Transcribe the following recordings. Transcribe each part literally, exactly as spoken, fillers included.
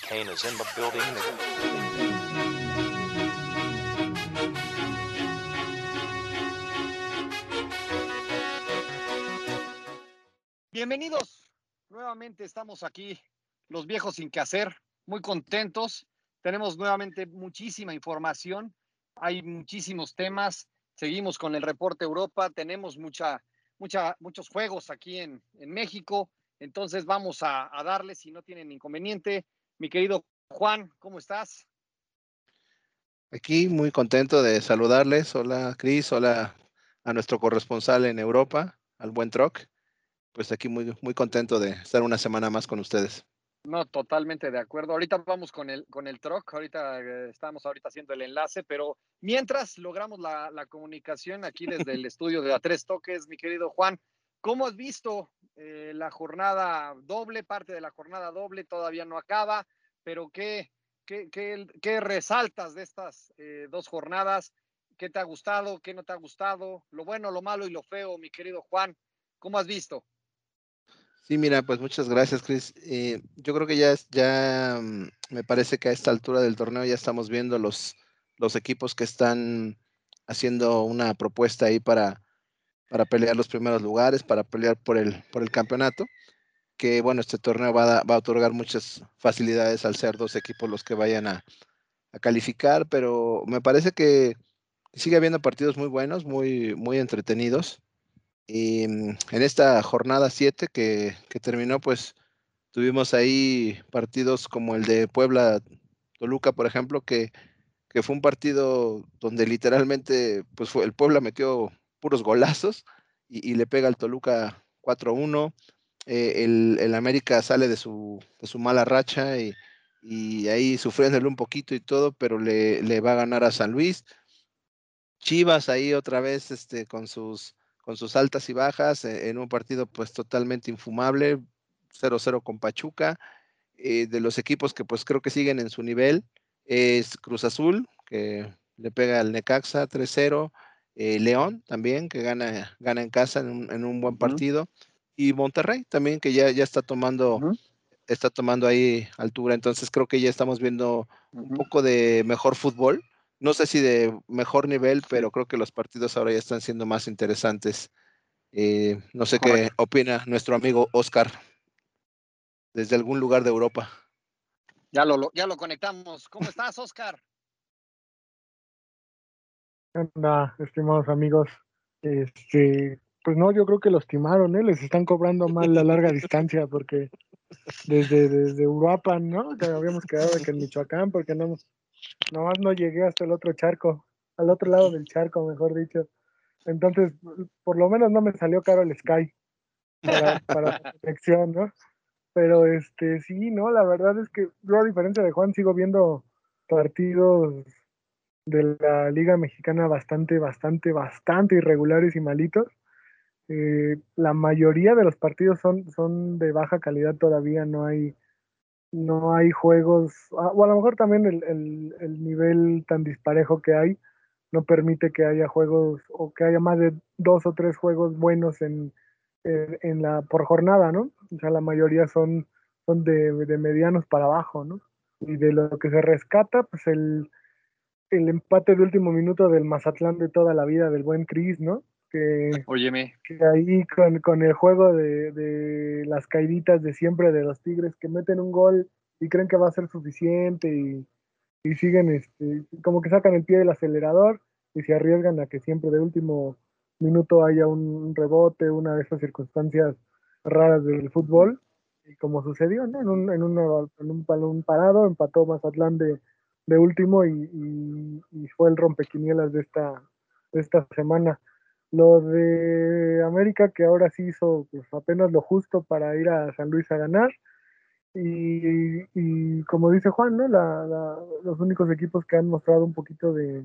Kane is in the building. Bienvenidos, nuevamente estamos aquí, los viejos sin qué hacer, muy contentos, tenemos nuevamente muchísima información, hay muchísimos temas, seguimos con el reporte Europa, tenemos mucha, mucha, muchos juegos aquí en, en México, entonces vamos a, a darle si no tienen inconveniente. Mi querido Juan, ¿cómo estás? Aquí muy contento de saludarles. Hola Cris, hola a nuestro corresponsal en Europa, al buen Troc. Pues aquí muy, muy contento de estar una semana más con ustedes. No, totalmente de acuerdo. Ahorita vamos con el, con el truck, ahorita eh, estamos ahorita haciendo el enlace, pero mientras logramos la, la comunicación aquí desde el estudio de A Tres Toques, mi querido Juan, ¿cómo has visto eh, la jornada doble? Parte de la jornada doble todavía no acaba, pero ¿qué, qué, qué, qué resaltas de estas eh, dos jornadas? ¿Qué te ha gustado? ¿Qué no te ha gustado? Lo bueno, lo malo y lo feo, mi querido Juan, ¿cómo has visto? Sí, mira, pues muchas gracias, Cris. Eh, yo creo que ya, es- ya mm, me parece que a esta altura del torneo ya estamos viendo los, los equipos que están haciendo una propuesta ahí para, para pelear los primeros lugares, para pelear por el, por el campeonato. Que bueno, este torneo va a, va a otorgar muchas facilidades al ser dos equipos los que vayan a, a calificar, pero me parece que sigue habiendo partidos muy buenos, muy, muy entretenidos. Y mm, en esta jornada siete que, que terminó, pues tuvimos ahí partidos como el de Puebla-Toluca, por ejemplo, que, que fue un partido donde literalmente pues fue, el Puebla metió puros golazos y, y le pega al Toluca cuatro uno. Eh, el, el América sale de su, de su mala racha y, y ahí sufriéndole un poquito y todo, pero le, le va a ganar a San Luis. Chivas ahí otra vez este, con, sus, con sus altas y bajas eh, en un partido pues totalmente infumable, cero cero con Pachuca. Eh, de los equipos que pues creo que siguen en su nivel es Cruz Azul, que le pega al Necaxa tres cero, eh, León también, que gana, gana en casa en un, en un buen Uh -huh, partido, y Monterrey también, que ya, ya está tomando, uh -huh, está tomando ahí altura. Entonces creo que ya estamos viendo uh un -huh. poco de mejor fútbol. No sé si de mejor nivel, Sí, pero creo que los partidos ahora ya están siendo más interesantes. Eh, no sé qué correcto. opina nuestro amigo Oscar desde algún lugar de Europa. Ya lo, ya lo conectamos. ¿Cómo estás, Oscar? Anda, estimados amigos, este, pues no, yo creo que los timaron, ¿eh? Les están cobrando mal la larga distancia porque desde, desde Europa, ¿no? Que habíamos quedado de que en Michoacán, porque no, nomás no llegué hasta el otro charco, al otro lado del charco, mejor dicho. Entonces, por lo menos no me salió caro el Sky para, para la conexión, ¿no? Pero este, sí, no, la verdad es que yo a diferencia de Juan sigo viendo partidos de la Liga Mexicana bastante, bastante, bastante irregulares y malitos. Eh, la mayoría de los partidos son, son de baja calidad todavía, no hay, no hay juegos, ah, o a lo mejor también el, el, el nivel tan disparejo que hay no permite que haya juegos o que haya más de dos o tres juegos buenos en, en, en la por jornada, ¿no? O sea, la mayoría son, son de, de medianos para abajo, ¿no? Y de lo que se rescata, pues el, el empate de último minuto del Mazatlán de toda la vida del buen Cris, ¿no? Que, Óyeme. que ahí con, con el juego de, de, las caíditas de siempre de los Tigres que meten un gol y creen que va a ser suficiente y, y siguen, este, como que sacan el pie del acelerador y se arriesgan a que siempre de último minuto haya un rebote, una de esas circunstancias raras del fútbol, y como sucedió, ¿no? En un, en una, en un balón parado, empató Mazatlán de, de último y, y, y, fue el rompequinielas de esta, de esta semana. Lo de América, que ahora sí hizo pues, apenas lo justo para ir a San Luis a ganar. Y, y como dice Juan, ¿no? La, la, los únicos equipos que han mostrado un poquito de,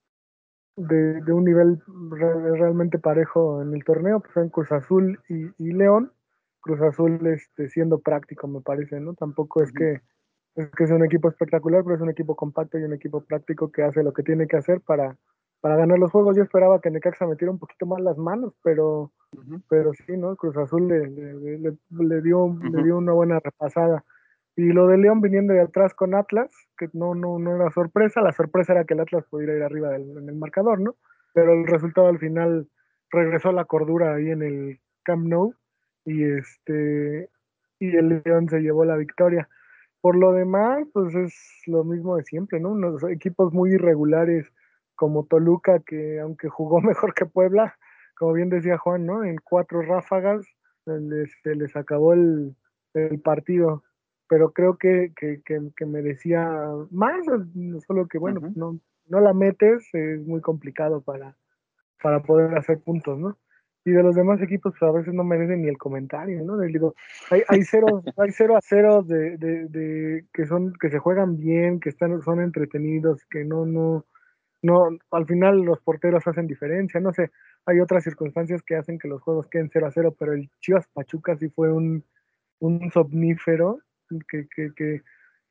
de, de un nivel re, realmente parejo en el torneo pues son Cruz Azul y, y León. Cruz Azul este, siendo práctico, me parece, ¿no? Tampoco Uh es -huh. que es que es un equipo espectacular, pero es un equipo compacto y un equipo práctico que hace lo que tiene que hacer para, para ganar los juegos. Yo esperaba que Necaxa metiera un poquito más las manos, pero, Uh -huh. pero sí, ¿no? Cruz Azul le, le, le, le dio, Uh le -huh. dio una buena repasada. Y lo de León viniendo de atrás con Atlas, que no, no, no era sorpresa, la sorpresa era que el Atlas pudiera ir arriba del, en el marcador, ¿no? Pero el resultado al final regresó a la cordura ahí en el Camp Nou y este y el León se llevó la victoria. Por lo demás, pues es lo mismo de siempre, ¿no? Unos equipos muy irregulares como Toluca, que aunque jugó mejor que Puebla, como bien decía Juan, ¿no? En cuatro ráfagas les, se les acabó el, el partido, pero creo que, que, que, que merecía más, solo que bueno, Ujú. no, no la metes, es muy complicado para, para poder hacer puntos, ¿no? Y de los demás equipos pues, a veces no merecen ni el comentario, ¿no? Les digo, hay, hay cero, hay cero a cero de, de, de que son, que se juegan bien, que están, son entretenidos, que no, no, no, al final los porteros hacen diferencia, no sé, hay otras circunstancias que hacen que los juegos queden cero a cero, pero el Chivas Pachuca sí fue un, un somnífero que, que, que,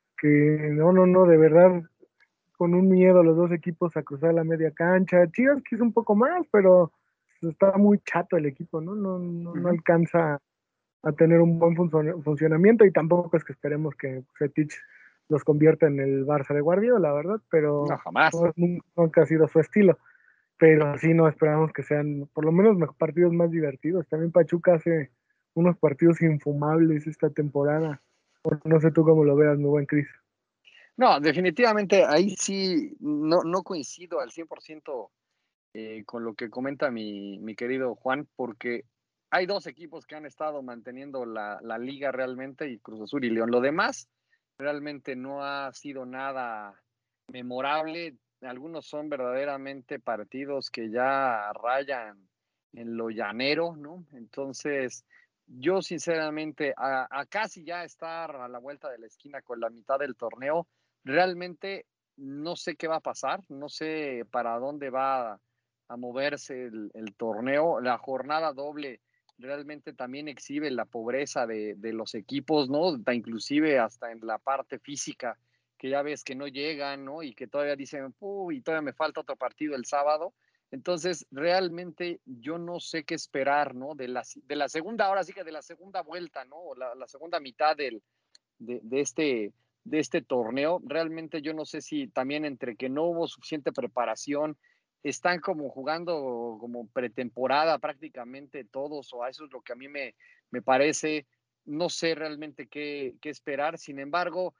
que no, no, no, de verdad, con un miedo los dos equipos a cruzar la media cancha. Chivas quiso un poco más, pero está muy chato el equipo, ¿no? No, no, no Ujú. alcanza a tener un buen func- funcionamiento y tampoco es que esperemos que Setich los convierta en el Barça de Guardiola, la verdad, No, pero jamás. no, nunca ha sido su estilo. Pero sí, no esperamos que sean por lo menos mejor- partidos más divertidos. También Pachuca hace unos partidos infumables esta temporada. No sé tú cómo lo veas, mi buen Cris. No, definitivamente ahí sí no, no coincido al cien por ciento eh, con lo que comenta mi, mi querido Juan, porque hay dos equipos que han estado manteniendo la, la liga realmente, y Cruz Azul y León. Lo demás realmente no ha sido nada memorable. Algunos son verdaderamente partidos que ya rayan en lo llanero, ¿no? Entonces, yo sinceramente, a, a casi ya estar a la vuelta de la esquina con la mitad del torneo, realmente no sé qué va a pasar, no sé para dónde va a moverse el, el torneo. La jornada doble realmente también exhibe la pobreza de, de los equipos, ¿no? Da inclusive hasta en la parte física, que ya ves que no llegan, ¿no? Y que todavía dicen, uy, todavía me falta otro partido el sábado. Entonces, realmente yo no sé qué esperar, ¿no? De la, de la segunda, ahora sí que de la segunda vuelta, ¿no? La, la segunda mitad del, de, de, este, de este torneo. Realmente yo no sé si también entre que no hubo suficiente preparación, están como jugando como pretemporada prácticamente todos, o a eso es lo que a mí me, me parece. No sé realmente qué, qué esperar. Sin embargo,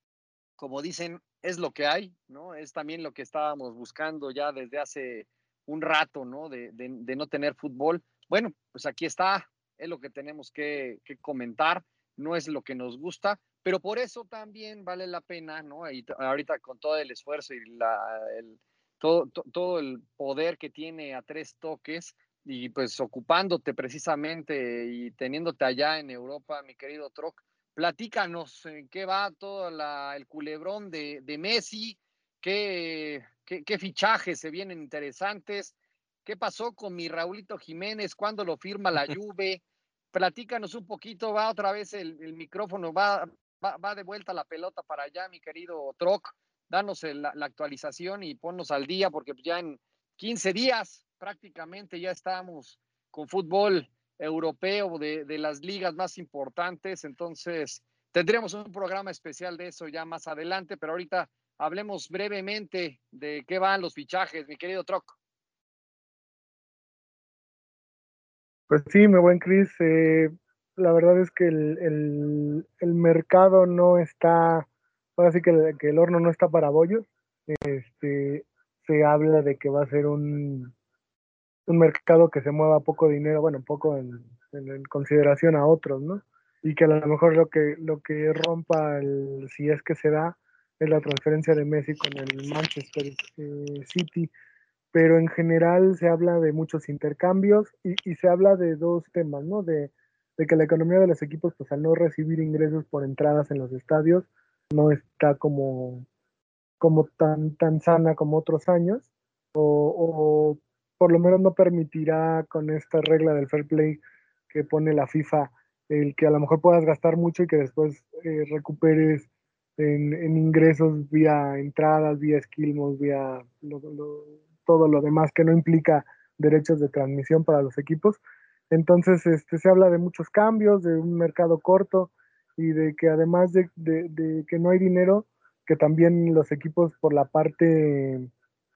como dicen, es lo que hay, ¿no? Es también lo que estábamos buscando ya desde hace un rato, ¿no? De, de, de no tener fútbol. Bueno, pues aquí está, es lo que tenemos que, que, comentar, no es lo que nos gusta, pero por eso también vale la pena, ¿no? Y ahorita con todo el esfuerzo y la, el, todo, to, todo el poder que tiene a tres toques, y pues ocupándote precisamente y teniéndote allá en Europa, mi querido Troc, platícanos en qué va todo la, el culebrón de, de Messi, qué, qué, qué, fichajes se vienen interesantes, qué pasó con mi Raulito Jiménez, cuándo lo firma la Juve. Platícanos un poquito, va otra vez el, el micrófono, va, va, va, de vuelta la pelota para allá, mi querido Troc, danos el, la, la actualización y ponnos al día, porque ya en quince días prácticamente ya estamos con fútbol europeo de, de las ligas más importantes. Entonces, tendremos un programa especial de eso ya más adelante, pero ahorita hablemos brevemente de qué van los fichajes, mi querido Troc. Pues sí, mi buen Chris, eh, la verdad es que el, el, el, mercado no está, ahora sí que el, que el horno no está para bollos. Este, se habla de que va a ser un, un mercado que se mueva poco dinero, bueno, poco en, en, en, consideración a otros, ¿no? Y que a lo mejor lo que, lo que rompa, el, si es que se da, es la transferencia de Messi con el Manchester eh, City, pero en general se habla de muchos intercambios y, y se habla de dos temas, ¿no? De, de, que la economía de los equipos, pues al no recibir ingresos por entradas en los estadios, no está como, como tan, tan sana como otros años, o, o por lo menos no permitirá con esta regla del fair play que pone la FIFA, el que a lo mejor puedas gastar mucho y que después eh, recuperes en, en, ingresos vía entradas, vía esquilmos, vía lo, lo, todo lo demás que no implica derechos de transmisión para los equipos. Entonces, este, se habla de muchos cambios, de un mercado corto, y de que además de, de, de que no hay dinero, que también los equipos por la parte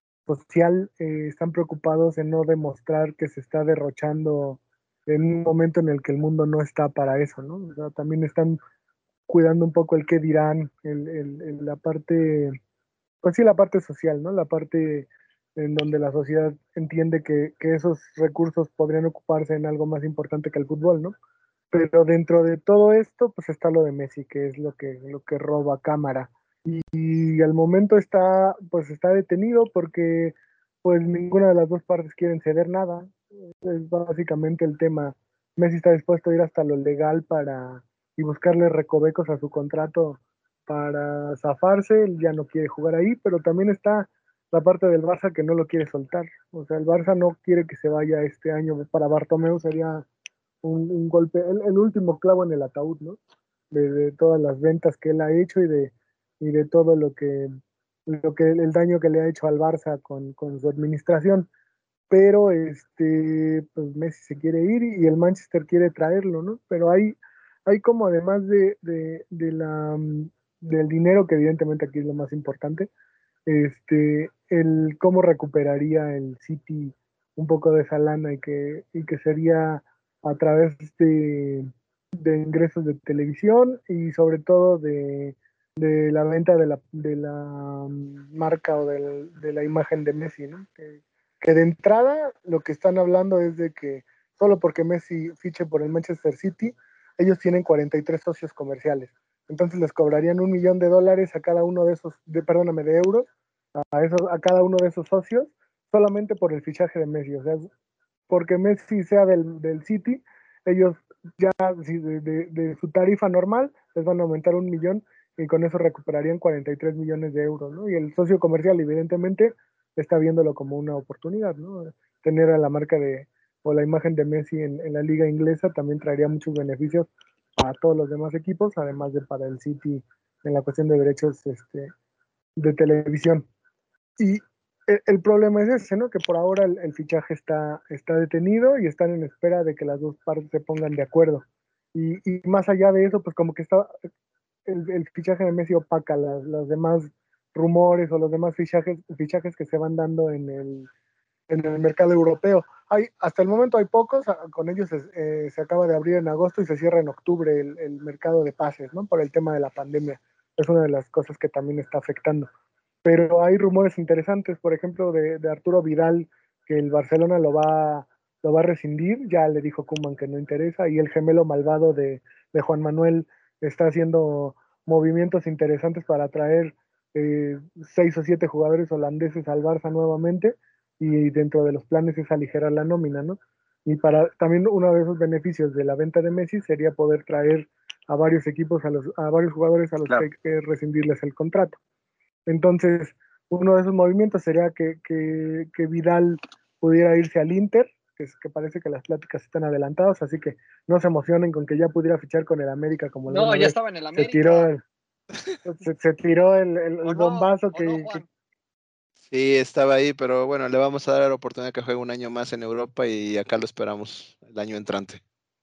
social eh, están preocupados en no demostrar que se está derrochando en un momento en el que el mundo no está para eso, ¿no? O sea, también están cuidando un poco el qué dirán, el, el, el, la parte, pues sí, la parte social, ¿no? La parte en donde la sociedad entiende que, que esos recursos podrían ocuparse en algo más importante que el fútbol, ¿no? Pero dentro de todo esto, pues está lo de Messi, que es lo que, lo que roba cámara. Y, y al momento está, pues está detenido porque pues ninguna de las dos partes quieren ceder nada. Es básicamente el tema. Messi está dispuesto a ir hasta lo legal para y buscarle recovecos a su contrato para zafarse. Él ya no quiere jugar ahí, pero también está la parte del Barça que no lo quiere soltar. O sea, el Barça no quiere que se vaya este año. Para Bartomeu sería un, un golpe, el, el, último clavo en el ataúd, ¿no? De, de, todas las ventas que él ha hecho y de, y de todo lo que, lo que el daño que le ha hecho al Barça con, con su administración. Pero este, pues Messi se quiere ir y, y el Manchester quiere traerlo, ¿no? Pero hay, hay como además de, de, de la, del dinero, que evidentemente aquí es lo más importante, este, el cómo recuperaría el City un poco de esa lana y que, y que sería a través de, de ingresos de televisión y sobre todo de, de la venta de la, de la marca o del, de la imagen de Messi, ¿no? Que, que de entrada lo que están hablando es de que solo porque Messi fiche por el Manchester City, ellos tienen cuarenta y tres socios comerciales. Entonces les cobrarían un millón de dólares a cada uno de esos, de, perdóname, de euros, a, esos, a cada uno de esos socios, solamente por el fichaje de Messi. O sea, porque Messi sea del, del City, ellos ya de, de, de su tarifa normal les van a aumentar un millón y con eso recuperarían cuarenta y tres millones de euros, ¿no? Y el socio comercial, evidentemente, está viéndolo como una oportunidad, ¿no? Tener a la marca de, o la imagen de Messi en, en la liga inglesa también traería muchos beneficios para todos los demás equipos, además de para el City en la cuestión de derechos este, de televisión. Y el, el, problema es ese, ¿no? Que por ahora el, el, fichaje está, está detenido y están en espera de que las dos partes se pongan de acuerdo. Y, y más allá de eso, pues como que está el, el fichaje de Messi opaca las, los demás rumores o los demás fichajes, fichajes que se van dando en el, en el mercado europeo. Hay, hasta el momento hay pocos, con ellos se, eh, se acaba de abrir en agosto y se cierra en octubre el, el mercado de pases, ¿no? Por el tema de la pandemia. Es una de las cosas que también está afectando. Pero hay rumores interesantes, por ejemplo, de, de Arturo Vidal, que el Barcelona lo va, lo va a rescindir, ya le dijo Koeman que no interesa, y el gemelo malvado de, de Juan Manuel está haciendo movimientos interesantes para traer eh, seis o siete jugadores holandeses al Barça nuevamente, y dentro de los planes es aligerar la nómina, ¿no? Y para también uno de esos beneficios de la venta de Messi sería poder traer a varios equipos, a, los, a varios jugadores a los claro. que hay que rescindirles el contrato. Entonces, uno de esos movimientos sería que, que, que Vidal pudiera irse al Inter, que, es, que parece que las pláticas están adelantadas, así que no se emocionen con que ya pudiera fichar con el América como no, ya vez estaba en el América. Se tiró el, se, se tiró el, el, el bombazo no, que, no, que... Sí, estaba ahí, pero bueno, le vamos a dar la oportunidad que juegue un año más en Europa y acá lo esperamos el año entrante.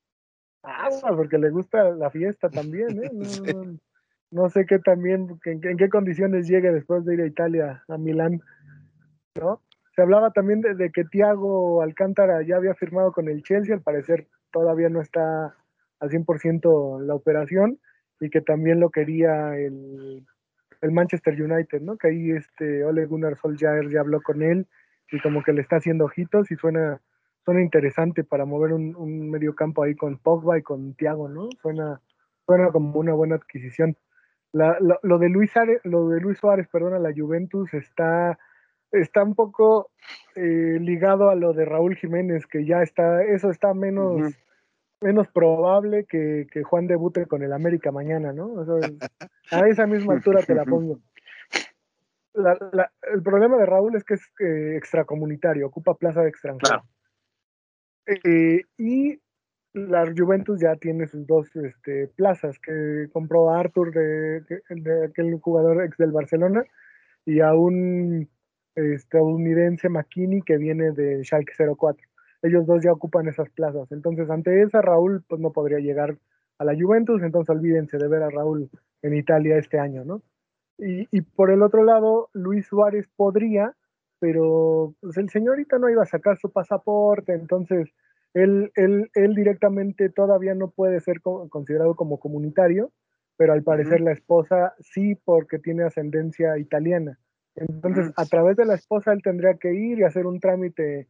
Ah, porque le gusta la fiesta también, ¿eh? No, Sí. no, no sé qué también, en, en qué condiciones llegue después de ir a Italia, a Milán, ¿no? Se hablaba también de, de que Thiago Alcántara ya había firmado con el Chelsea, al parecer todavía no está al cien por ciento la operación, y que también lo quería el, el Manchester United, ¿no? Que ahí este Ole Gunnar Solskjaer ya habló con él y como que le está haciendo ojitos y suena, suena interesante para mover un, un medio campo ahí con Pogba y con Thiago, ¿no? Suena, suena como una buena adquisición. La, lo, lo, de Luis Suárez, lo de Luis Suárez, perdón, a la Juventus está, está un poco eh, ligado a lo de Raúl Jiménez, que ya está, eso está menos, uh-huh. menos probable que, que Juan debute con el América mañana, ¿no? O sea, a esa misma altura te la pongo. La, la, el problema de Raúl es que es eh, extracomunitario, ocupa plaza de extranjero. Claro. Eh, y la Juventus ya tiene sus dos este, plazas, que compró a Arthur, de, de, de aquel jugador ex del Barcelona, y a un estadounidense McKinney que viene de Schalke cero cuatro. Ellos dos ya ocupan esas plazas. Entonces, ante esa, Raúl pues no podría llegar a la Juventus, entonces olvídense de ver a Raúl en Italia este año, ¿no? Y, y por el otro lado, Luis Suárez podría, pero pues el señorita no iba a sacar su pasaporte, entonces él, él, él directamente todavía no puede ser co- considerado como comunitario, pero al Ujú, parecer la esposa sí, porque tiene ascendencia italiana. Entonces, ujú. a través de la esposa, él tendría que ir y hacer un trámite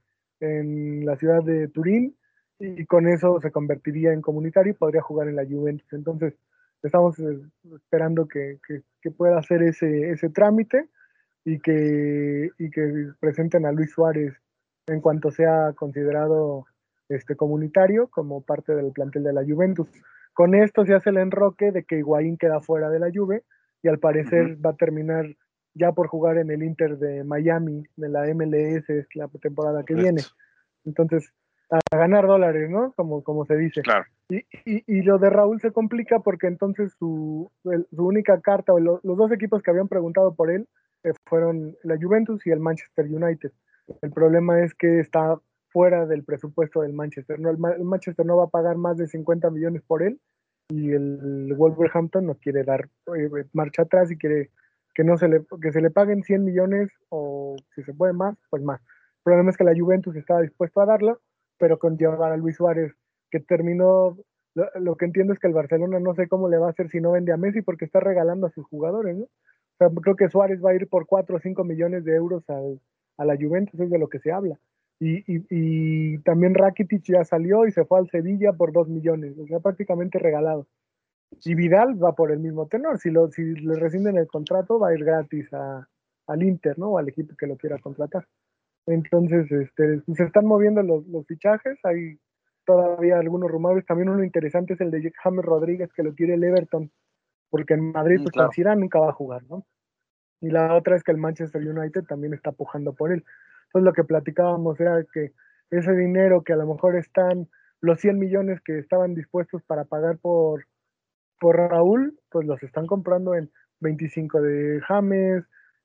en la ciudad de Turín, y con eso se convertiría en comunitario y podría jugar en la Juventus. Entonces, estamos eh, esperando que, que, que pueda hacer ese, ese trámite y que, y que presenten a Luis Suárez en cuanto sea considerado este, comunitario como parte del plantel de la Juventus. Con esto se hace el enroque de que Higuaín queda fuera de la Juve y al Ujú. parecer va a terminar ya por jugar en el Inter de Miami, de la M L S, la temporada que viene. Correcto. Entonces, a ganar dólares, ¿no? Como, como se dice. Claro. Y, y, y, lo de Raúl se complica porque entonces su, el, su única carta, o lo, los dos equipos que habían preguntado por él eh, fueron la Juventus y el Manchester United. El problema es que está fuera del presupuesto del Manchester. No, el, el Manchester no va a pagar más de cincuenta millones por él y el Wolverhampton no quiere dar eh, marcha atrás y quiere que, no se le, que se le paguen cien millones o si se puede más, pues más. El problema es que la Juventus estaba dispuesto a darlo, pero con llevar a Luis Suárez, que terminó, lo, lo, que entiendo es que el Barcelona no sé cómo le va a hacer si no vende a Messi porque está regalando a sus jugadores, ¿no? O sea, creo que Suárez va a ir por cuatro o cinco millones de euros al, a la Juventus, es de lo que se habla. Y, y, y, también Rakitic ya salió y se fue al Sevilla por dos millones, o sea, prácticamente regalado. Y Vidal va por el mismo tenor, si, lo, si le rescinden el contrato va a ir gratis a, al Inter, ¿no? O al equipo que lo quiera contratar. Entonces, este, se están moviendo los, los fichajes, hay todavía algunos rumores, también uno interesante es el de James Rodríguez que lo quiere el Everton, porque en Madrid Mm, pues con claro. Zidane nunca va a jugar, ¿no? Y la otra es que el Manchester United también está pujando por él. Entonces lo que platicábamos era que ese dinero que a lo mejor están, los cien millones que estaban dispuestos para pagar por, por Raúl, pues los están comprando en veinticinco de James,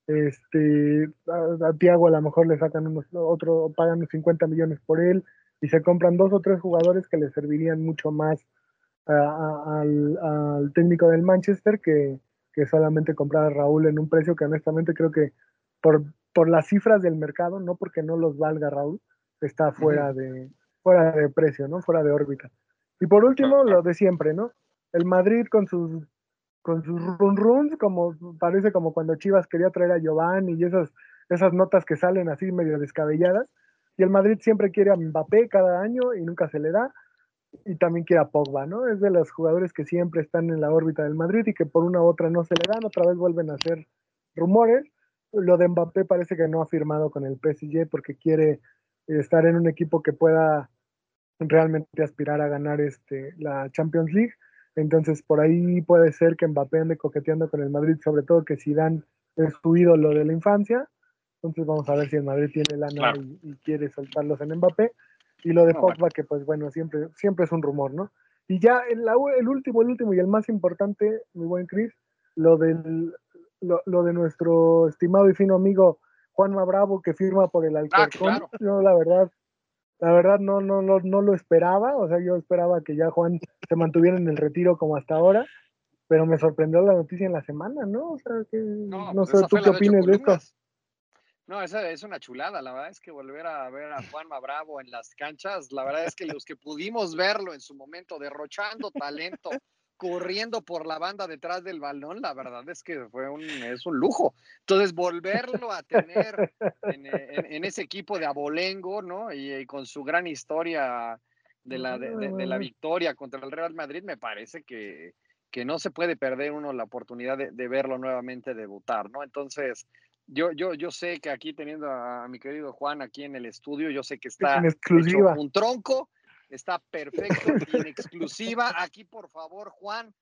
este, a, a Thiago a lo mejor le sacan unos, otro, pagan unos cincuenta millones por él, y se compran dos o tres jugadores que le servirían mucho más a, a, al, al, técnico del Manchester que, que solamente comprar a Raúl en un precio que honestamente creo que por, por las cifras del mercado, no porque no los valga Raúl, está fuera de, fuera de precio, ¿no? Fuera de órbita. Y por último, Claro. lo de siempre, ¿no? El Madrid con sus con sus run runs, como parece como cuando Chivas quería traer a Giovanni y esas, esas notas que salen así medio descabelladas. Y el Madrid siempre quiere a Mbappé cada año y nunca se le da. Y también quiere a Pogba, ¿no? Es de los jugadores que siempre están en la órbita del Madrid y que por una u otra no se le dan, otra vez vuelven a hacer rumores. Lo de Mbappé parece que no ha firmado con el P S G porque quiere estar en un equipo que pueda realmente aspirar a ganar este, la Champions League. Entonces, por ahí puede ser que Mbappé ande coqueteando con el Madrid, sobre todo que Zidane es su ídolo de la infancia. Entonces, vamos a ver si el Madrid tiene lana Claro. y, y quiere soltarlos en Mbappé. Y lo de No, bueno. Pogba, que pues bueno, siempre, siempre es un rumor, ¿no? Y ya el, el último, el último y el más importante, mi buen Chris, lo, del, lo, lo de nuestro estimado y fino amigo Juanma Bravo, que firma por el Ah, Alcorcón. claro. Yo, la verdad, la verdad no, no, no, no lo esperaba, o sea, yo esperaba que ya Juan se mantuviera en el retiro como hasta ahora, pero me sorprendió la noticia en la semana, ¿no? O sea, que No, no pues sé, esa ¿tú fue qué la de ocho opinas de esto? columnas. No, esa es una chulada. La verdad es que volver a ver a Juanma Bravo en las canchas, la verdad es que los que pudimos verlo en su momento, derrochando talento, corriendo por la banda detrás del balón, la verdad es que fue un, es un lujo. Entonces, volverlo a tener en, en, en ese equipo de abolengo, ¿no? Y, y con su gran historia de la, de, de, de la victoria contra el Real Madrid, me parece que, que no se puede perder uno la oportunidad de, de verlo nuevamente debutar, ¿no? Entonces, yo, yo, yo sé que aquí teniendo a, a mi querido Juan aquí en el estudio, yo sé que En está hecho exclusiva. un tronco, está perfecto y en exclusiva. Aquí, por favor, Juan,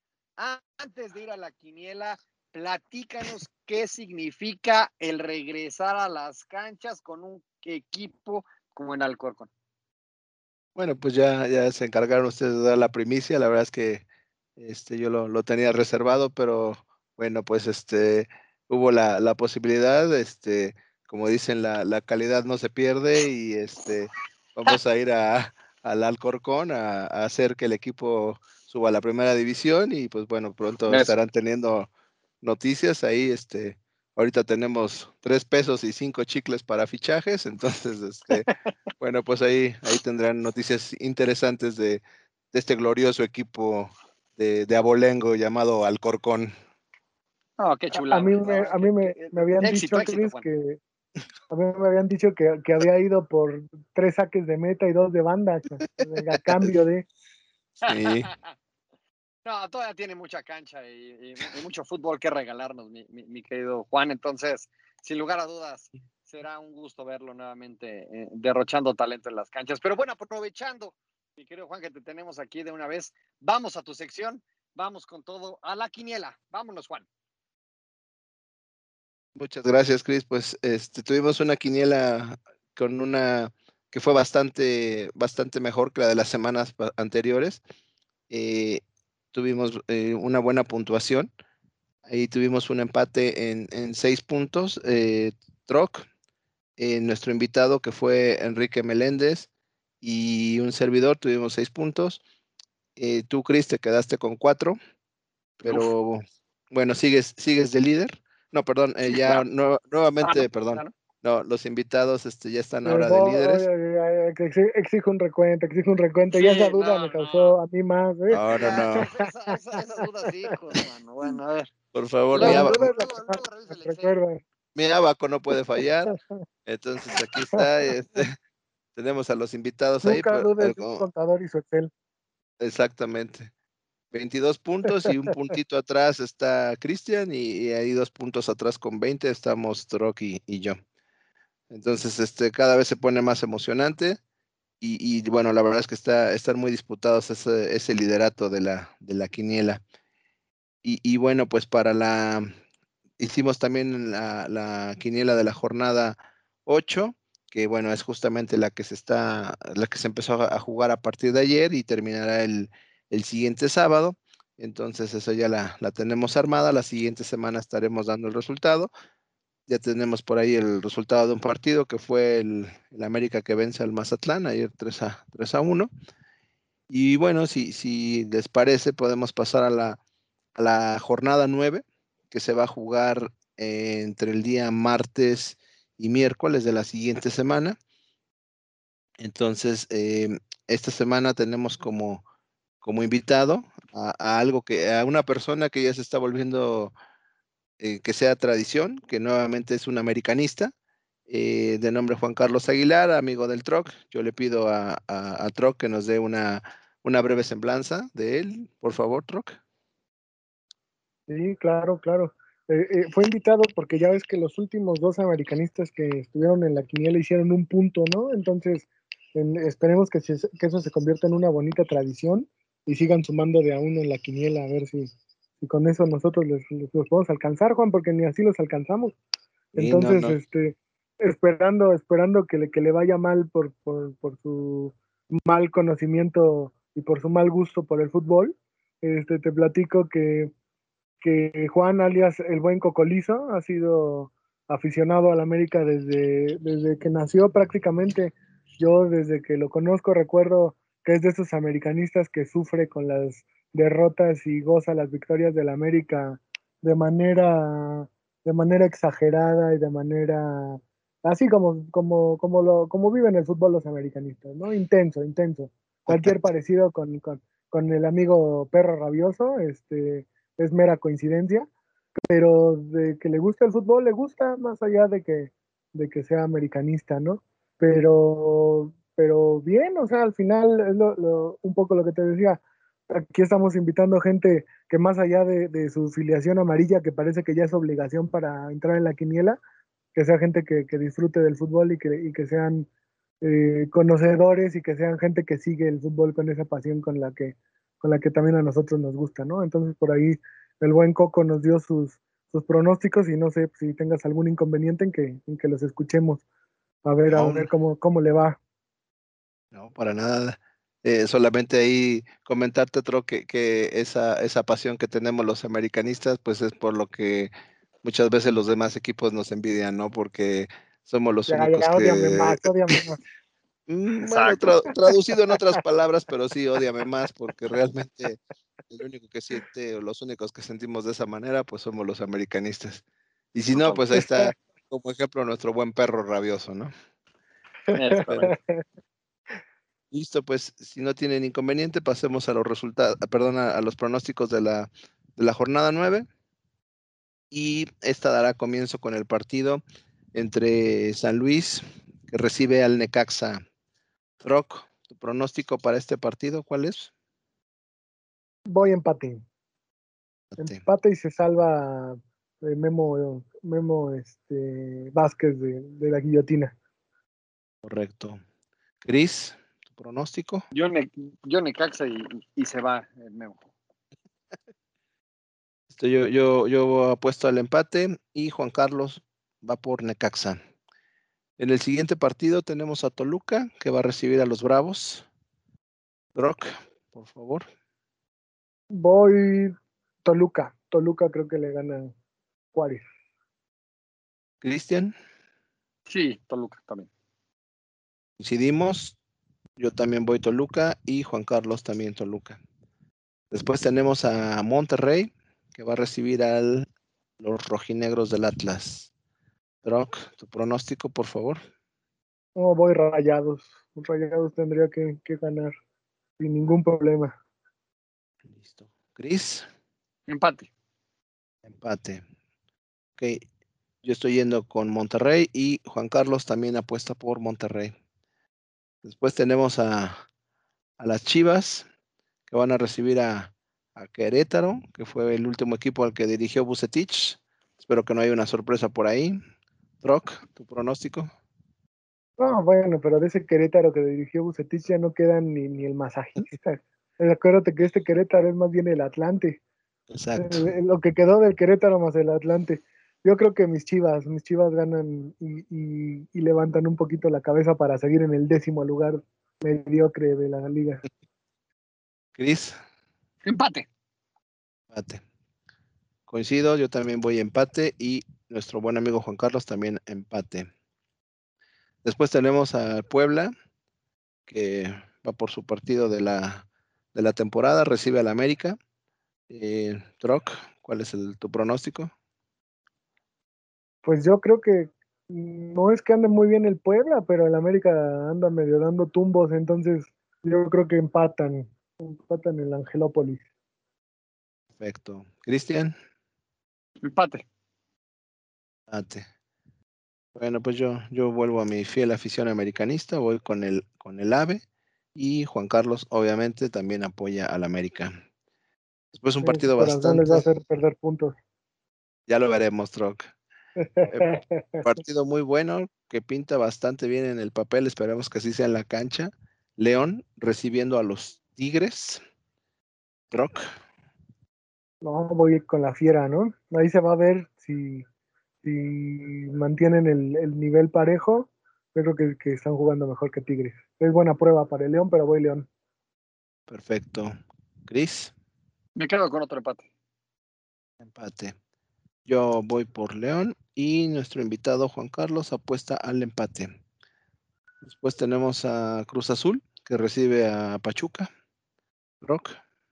antes de ir a la quiniela, platícanos qué significa el regresar a las canchas con un equipo como en Alcorcón. Bueno, pues ya, ya se encargaron ustedes de dar la primicia. La verdad es que este, yo lo, lo tenía reservado, pero bueno, pues este, hubo la, la posibilidad, este, como dicen, la, la calidad no se pierde y este, vamos a ir a, al Alcorcón a, a hacer que el equipo suba a la primera división y pues bueno, pronto Eso. estarán teniendo noticias ahí, este, ahorita tenemos tres pesos y cinco chicles para fichajes, entonces, este, bueno, pues ahí, ahí tendrán noticias interesantes de, de este glorioso equipo de, de abolengo llamado Alcorcón. Oh, qué A, a chulada. mí, No, me, a qué, mí me, qué, me habían éxito, dicho, éxito, Chris, Juan. que a mí me habían dicho que, que había ido por tres saques de meta y dos de banda, a cambio de... Sí. No, todavía tiene mucha cancha y, y, y mucho fútbol que regalarnos, mi, mi, mi, querido Juan. Entonces, sin lugar a dudas, será un gusto verlo nuevamente eh, derrochando talento en las canchas. Pero bueno, aprovechando, mi querido Juan, que te tenemos aquí de una vez, vamos a tu sección, vamos con todo a la quiniela. Vámonos, Juan. Muchas gracias, Chris. Pues este, tuvimos una quiniela con una que fue bastante, bastante mejor que la de las semanas anteriores. Eh, tuvimos eh, una buena puntuación. Ahí tuvimos un empate en, en seis puntos. Eh, Troc, eh, nuestro invitado que fue Enrique Meléndez y un servidor tuvimos seis puntos. Eh, tú, Chris, te quedaste con cuatro, pero Uf. bueno, sigues, sigues de líder. No, perdón, eh, Sí, ya claro. no, nuevamente, Ah, ¿no? perdón. ¿Ya no? No, los invitados este, ya están Eh, ahora de no, líderes. oye, oye, que exi- exijo un recuento, exijo un recuento. Sí, Y esa duda me no, no. causó a mí más. ¿eh? No, no, Ya, no. esa, esa, esa, esa duda sí, hijos, mano. Bueno, a ver. Por favor, mi, La Luego, aba- duda luego, es la luego, que más luego revisa me el Excel. recuerda. mi abaco no puede fallar. Entonces aquí está. Este, tenemos a los invitados ahí. Nunca Pero, dudes de un algo, contador y su Excel. exactamente. veintidós puntos y un puntito atrás está Cristian y, y ahí dos puntos atrás con veinte estamos Troc y, y yo. Entonces, este, cada vez se pone más emocionante y, y bueno, la verdad es que está, están muy disputados ese, ese liderato de la, de la quiniela. Y, y bueno, pues para la, hicimos también la, la quiniela de la jornada ocho, que bueno, es justamente la que se está, la que se empezó a jugar a partir de ayer y terminará el, el siguiente sábado. Entonces, eso ya la, la tenemos armada. La siguiente semana estaremos dando el resultado. Ya tenemos por ahí el resultado de un partido que fue el, el América que vence al Mazatlán, ayer tres a uno. Y bueno, si, si les parece, podemos pasar a la, a la jornada nueve, que se va a jugar eh, entre el día martes y miércoles de la siguiente semana. Entonces, eh, esta semana tenemos como, como invitado a, a, algo que, a una persona que ya se está volviendo, eh, que sea tradición, que nuevamente es un americanista, eh, de nombre Juan Carlos Aguilar, amigo del Troc. Yo le pido a, a, a Troc que nos dé una, una breve semblanza de él, por favor, Troc. Sí, claro, claro. Eh, eh, fue invitado porque ya ves que los últimos dos americanistas que estuvieron en la quiniela hicieron un punto, ¿no? Entonces, en, esperemos que, se, que eso se convierta en una bonita tradición y sigan sumando de a uno en la quiniela, a ver si, si con eso nosotros les, les- los podemos alcanzar, Juan, porque ni así los alcanzamos. Sí, no, Entonces, no. este, esperando, esperando que le, que le vaya mal por, por, por su mal conocimiento y por su mal gusto por el fútbol, este, te platico que que Juan, alias el buen Cocolizo, ha sido aficionado al América desde, desde que nació prácticamente. Yo desde que lo conozco recuerdo que es de esos americanistas que sufre con las derrotas y goza las victorias del América de manera, de manera exagerada y de manera así como, como, como, lo, como viven el fútbol los americanistas, ¿no? Intenso, intenso. Cualquier parecido con, con, con el amigo perro rabioso, este, es mera coincidencia, pero de que le gusta el fútbol, le gusta más allá de que, de que sea americanista, ¿no? Pero, pero bien, o sea, al final es lo, lo, un poco lo que te decía, aquí estamos invitando gente que más allá de, de, su filiación amarilla, que parece que ya es obligación para entrar en la quiniela, que sea gente que, que disfrute del fútbol y que, y que sean eh, conocedores y que sean gente que sigue el fútbol con esa pasión con la que, con la que también a nosotros nos gusta, ¿no? Entonces por ahí el buen Coco nos dio sus, sus pronósticos y no sé si tengas algún inconveniente en que, en que los escuchemos, a ver, a No, ver cómo, cómo le va. no, para nada. Eh, solamente ahí comentarte otro que, que esa, esa pasión que tenemos los americanistas, pues es por lo que muchas veces los demás equipos nos envidian, ¿no? Porque somos los Ya, únicos ya, ódiame que, más, ódiame más. Mm, Bueno, tra- traducido en otras palabras, pero sí, ódiame más, porque realmente el único que siente, o los únicos que sentimos de esa manera, pues somos los americanistas. Y si no, pues ahí está como ejemplo nuestro buen perro rabioso, ¿no? Es correcto. Listo, pues si no tienen inconveniente, pasemos a los resultados, perdón, a, a los pronósticos de la, de la jornada nueve. Y esta dará comienzo con el partido entre San Luis, que recibe al Necaxa. Rock, ¿tu pronóstico para este partido cuál es? Voy empate. Empate. Empate y se salva eh, Memo, Memo este, Vázquez de, de la guillotina. Correcto. Cris, ¿tu pronóstico? Yo, ne, yo Necaxa y, y se va el Memo. Esto yo, yo, yo apuesto al empate y Juan Carlos va por Necaxa. En el siguiente partido tenemos a Toluca, que va a recibir a los Bravos. Rock, por favor. Voy Toluca. Toluca creo que le gana Juárez. Cristian. Sí, Toluca también. Coincidimos. Yo también voy Toluca y Juan Carlos también Toluca. Después tenemos a Monterrey, que va a recibir a los rojinegros del Atlas. Rock, tu pronóstico, por favor. No, voy Rayados. Rayados tendría que, que ganar sin ningún problema. Listo. Cris. Empate. Empate. Ok, yo estoy yendo con Monterrey y Juan Carlos también apuesta por Monterrey. Después tenemos a, a las Chivas, que van a recibir a, a Querétaro, que fue el último equipo al que dirigió Vucetich. Espero que no haya una sorpresa por ahí. Rock, tu pronóstico. No, bueno, pero de ese Querétaro que dirigió Bucetich ya no queda ni, ni el masajista. Eh, Acuérdate que este Querétaro es más bien el Atlante. Exacto. Eh, lo que quedó del Querétaro más el Atlante. Yo creo que mis Chivas, mis Chivas ganan y, y- y levantan un poquito la cabeza para seguir en el décimo lugar mediocre de la liga. Cris. Empate. Empate. Coincido, yo también voy empate y nuestro buen amigo Juan Carlos también empate. Después tenemos a Puebla, que va por su partido de la, de la temporada, recibe al América. Eh, Troc, ¿cuál es el, tu pronóstico? Pues yo creo que no es que ande muy bien el Puebla, pero el América anda medio dando tumbos, entonces yo creo que empatan, empatan el Angelópolis. Perfecto. Cristian. Empate. Empate. Bueno, pues yo, yo vuelvo a mi fiel afición americanista, voy con el, con el AVE y Juan Carlos obviamente también apoya al América. Después un En su partido corazón les va a bastante, hacer perder puntos. ya lo veremos, Troc. Eh, partido muy bueno, que pinta bastante bien en el papel, esperemos que así sea en la cancha. León recibiendo a los Tigres. Troc. No, voy con la fiera, ¿no? Ahí se va a ver si, si mantienen el, el nivel parejo. Yo creo que, que están jugando mejor que Tigres. Es buena prueba para el León, pero voy León. Perfecto. Cris. Me quedo con otro empate. Empate. Yo voy por León y nuestro invitado Juan Carlos apuesta al empate. Después tenemos a Cruz Azul, que recibe a Pachuca. Rock.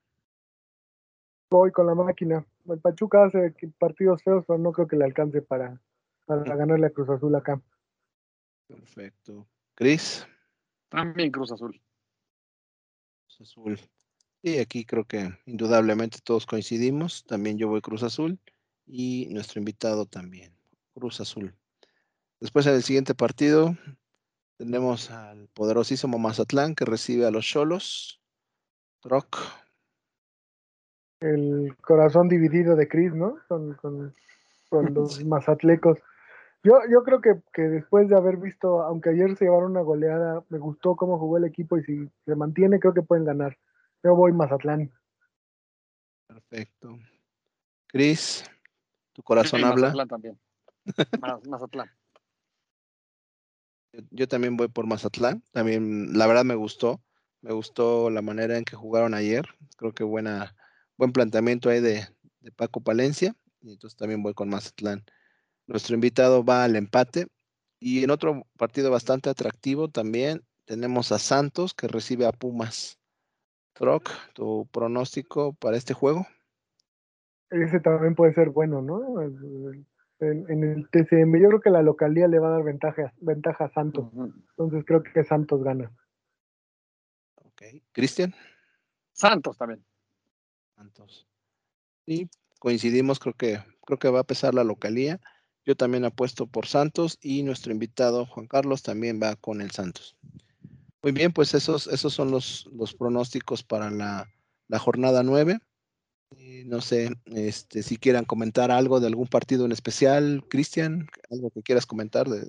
Voy con la máquina. El Pachuca hace partidos feos, pero no creo que le alcance para, para ganarle a Cruz Azul acá. Perfecto. Cris. También Cruz Azul. Cruz Azul. Y aquí creo que indudablemente todos coincidimos. También yo voy Cruz Azul y nuestro invitado también. Cruz Azul. Después en el siguiente partido tenemos al poderosísimo Mazatlán que recibe a los Xolos. Rock. El corazón dividido de Chris, ¿no? Con, con, con los Sí. mazatlecos. Yo, yo creo que, que después de haber visto, aunque ayer se llevaron una goleada, me gustó cómo jugó el equipo y si se mantiene, creo que pueden ganar. Yo voy Mazatlán. Perfecto. Cris, tu Sí, corazón habla. Mazatlán también. Mazatlán. Yo, yo también voy por Mazatlán. También, la verdad, me gustó. Me gustó la manera en que jugaron ayer. Creo que buena, buen planteamiento ahí de, de Paco Palencia. Y entonces también voy con Mazatlán. Nuestro invitado va al empate. Y en otro partido bastante atractivo también tenemos a Santos que recibe a Pumas. Troc, ¿tu pronóstico para este juego? Ese también puede ser bueno, ¿no? En, en el T C M, yo creo que la localía le va a dar ventaja, ventaja a Santos. Ujú. Entonces creo que Santos gana. Ok. Cristian. Santos también. Santos. Sí, coincidimos, creo que, creo que va a pesar la localía. Yo también apuesto por Santos y nuestro invitado Juan Carlos también va con el Santos. Muy bien, pues esos, esos son los, los pronósticos para la, la jornada nueve. Eh, no sé, este, si quieran comentar algo de algún partido en especial, Cristian, algo que quieras comentar de,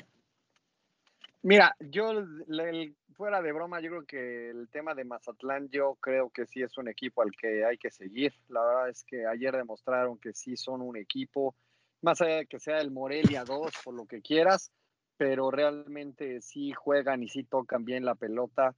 Mira, yo el- el- fuera de broma, yo creo que el tema de Mazatlán, yo creo que sí es un equipo al que hay que seguir. La verdad es que ayer demostraron que sí son un equipo, más allá de que sea el Morelia dos o lo que quieras, pero realmente sí juegan y sí tocan bien la pelota.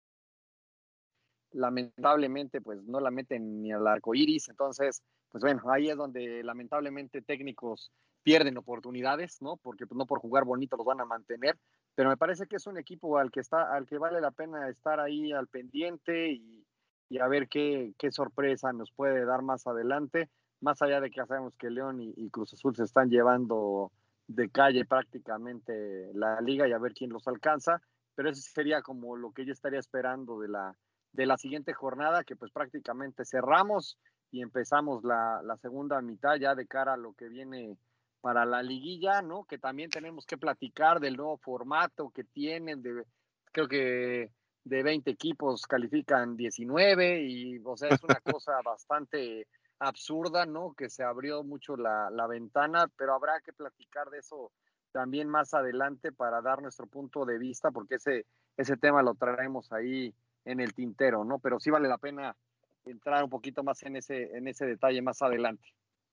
Lamentablemente, pues no la meten ni al arco iris. Entonces, pues bueno, ahí es donde lamentablemente técnicos pierden oportunidades, ¿no? Porque pues, no por jugar bonito los van a mantener. Pero me parece que es un equipo al que está, al que vale la pena estar ahí al pendiente y, y a ver qué, qué sorpresa nos puede dar más adelante. Más allá de que ya sabemos que León y, y Cruz Azul se están llevando de calle prácticamente la liga y a ver quién los alcanza. Pero eso sería como lo que yo estaría esperando de la, de la siguiente jornada, que pues prácticamente cerramos y empezamos la, la segunda mitad ya de cara a lo que viene para la liguilla, ¿no? Que también tenemos que platicar del nuevo formato que tienen, de, creo que de veinte equipos califican diecinueve y, o sea, es una cosa bastante absurda, ¿no? Que se abrió mucho la, la ventana, pero habrá que platicar de eso también más adelante para dar nuestro punto de vista, porque ese, ese tema lo traemos ahí en el tintero, ¿no? Pero sí vale la pena entrar un poquito más en ese, en ese detalle más adelante.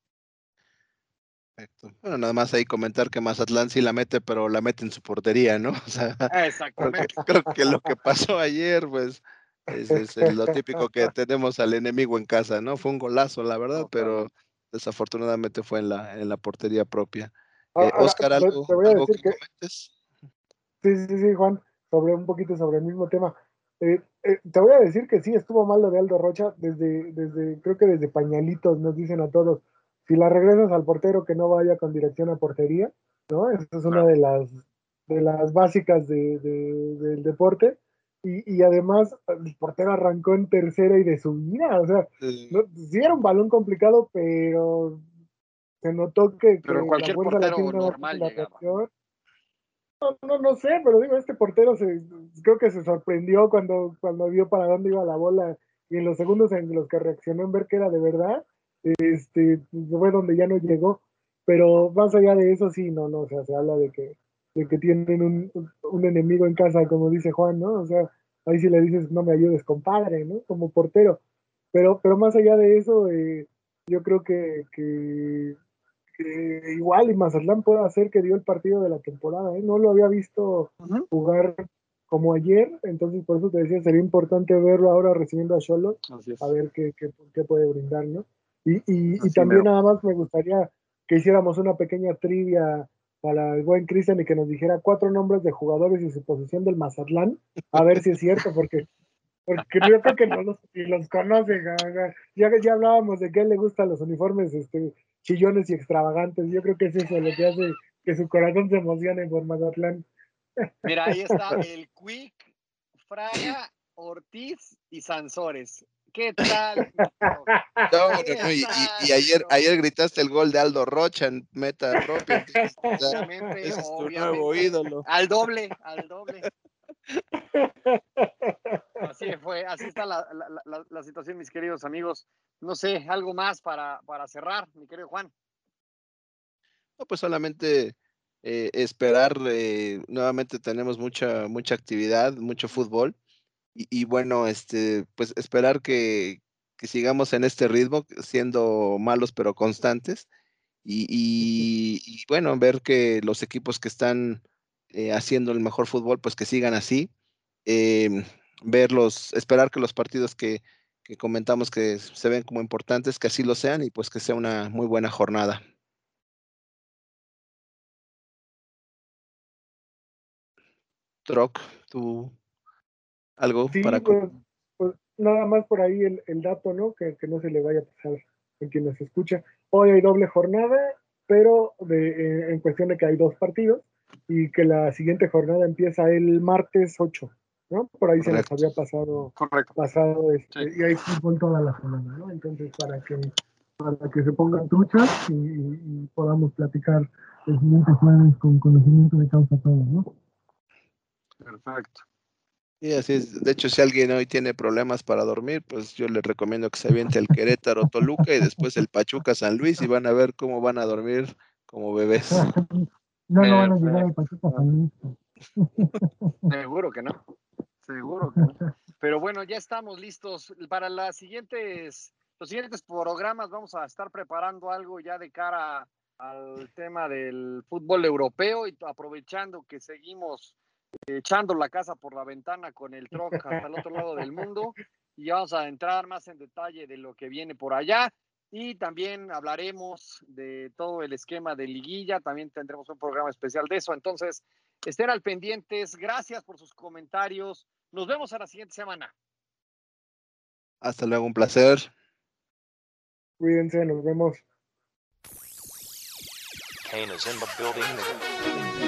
Perfecto. Bueno, nada más ahí comentar que Mazatlán sí la mete, pero la mete en su portería, ¿no? O sea, creo que, Exactamente. creo que lo que pasó ayer, pues, es, es lo típico que tenemos al enemigo en casa, ¿no? Fue un golazo, la verdad, pero Totalmente. desafortunadamente fue en la, en la portería propia. Eh, Ahora, Oscar, te, ¿algo, te voy a algo decir que que, comentes? sí, sí, sí, Juan, sobre un poquito sobre el mismo tema. Eh, eh, te voy a decir que sí, estuvo mal lo de Aldo Rocha, desde, desde, creo que desde pañalitos nos dicen a todos, si la regresas al portero que no vaya con dirección a portería, ¿no? Esa es una Claro. de las, de las básicas de, de- del deporte. Y, y además, el portero arrancó en tercera y de su vida, o sea, Eh, no, sí era un balón complicado, pero se notó que, Pero que la cualquier fuerza la tiene portero nada más en normal la llegaba. reacción. No, no sé, pero digo, este portero se, creo que se sorprendió cuando, cuando vio para dónde iba la bola y en los segundos en los que reaccionó en ver que era de verdad, este, fue donde ya no llegó. Pero más allá de eso, sí, no, no, o sea, se habla de que, de que tienen un, un enemigo en casa, como dice Juan, ¿no? O sea, ahí sí le dices, no me ayudes, compadre, ¿no? Como portero. Pero, pero más allá de eso, eh, yo creo que, que que igual y Mazatlán puede hacer que dio el partido de la temporada, ¿eh? No lo había visto Uh-huh. jugar como ayer, entonces por eso te decía, sería importante verlo ahora recibiendo a Cholos, Así a es. ver qué, qué, qué puede brindar, ¿no? Y, y, y Así también mero. nada más me gustaría que hiciéramos una pequeña trivia para el buen Cristian y que nos dijera cuatro nombres de jugadores y su posición del Mazatlán, a ver si es cierto, porque porque yo creo que no los, ni los conoce, ja, ya, ya hablábamos de que a él le gustan los uniformes este, chillones y extravagantes. Yo creo que es eso lo que hace que su corazón se emocione por Mazatlán. Mira, ahí está el Quick, Fraga, Ortiz y Sansores. ¿Qué tal, mi Troc? No, no, ¿Qué no, y, y- y tal, mi ayer, Troc? ayer gritaste el gol de Aldo Rocha en meta propia, entonces ya, Obviamente, ese es tu nuevo obviamente. ídolo. Al doble, al doble. Así fue, así está la, la, la, la situación, mis queridos amigos. No sé, algo más para, para cerrar, mi querido Juan. No, pues solamente eh, esperar, eh, nuevamente tenemos mucha, mucha actividad, mucho fútbol, y, y bueno, este, pues esperar que, que sigamos en este ritmo, siendo malos pero constantes, y, y- y, bueno, ver que los equipos que están eh, haciendo el mejor fútbol, pues que sigan así, em, verlos, esperar que los partidos que, que comentamos que se ven como importantes, que así lo sean, y pues que sea una muy buena jornada. Troc, tú algo Sí, para... pues, pues nada más por ahí el, el dato, ¿no? Que, que no se le vaya a pasar a quien nos escucha. Hoy hay doble jornada, pero de, eh, en cuestión de que hay dos partidos y que la siguiente jornada empieza el martes ocho, ¿no? Por ahí se nos Correcto. había pasado, Correcto. pasado Sí. este, y hay fútbol toda la semana, ¿no? Entonces, para que, para que se pongan truchas y, y- y podamos platicar el siguiente jueves con conocimiento de causa todos, ¿no? Perfecto. Y así es. De hecho, si alguien hoy tiene problemas para dormir, pues yo les recomiendo que se aviente el Querétaro Toluca y después el Pachuca San Luis y van a ver cómo van a dormir como bebés. Ya no van a llegar al Perfecto. Pachuca San Luis. Seguro que no. Seguro que no. Pero bueno, ya estamos listos para las siguientes, los siguientes programas. Vamos a estar preparando algo ya de cara al tema del fútbol europeo y aprovechando que seguimos echando la casa por la ventana con el Troc hasta el otro lado del mundo, y vamos a entrar más en detalle de lo que viene por allá, y también hablaremos de todo el esquema de liguilla. También tendremos un programa especial de eso. Entonces, estén al pendientes. Gracias por sus comentarios. Nos vemos a la siguiente semana. Hasta luego, un placer. Cuídense, nos vemos. Kane is in the building.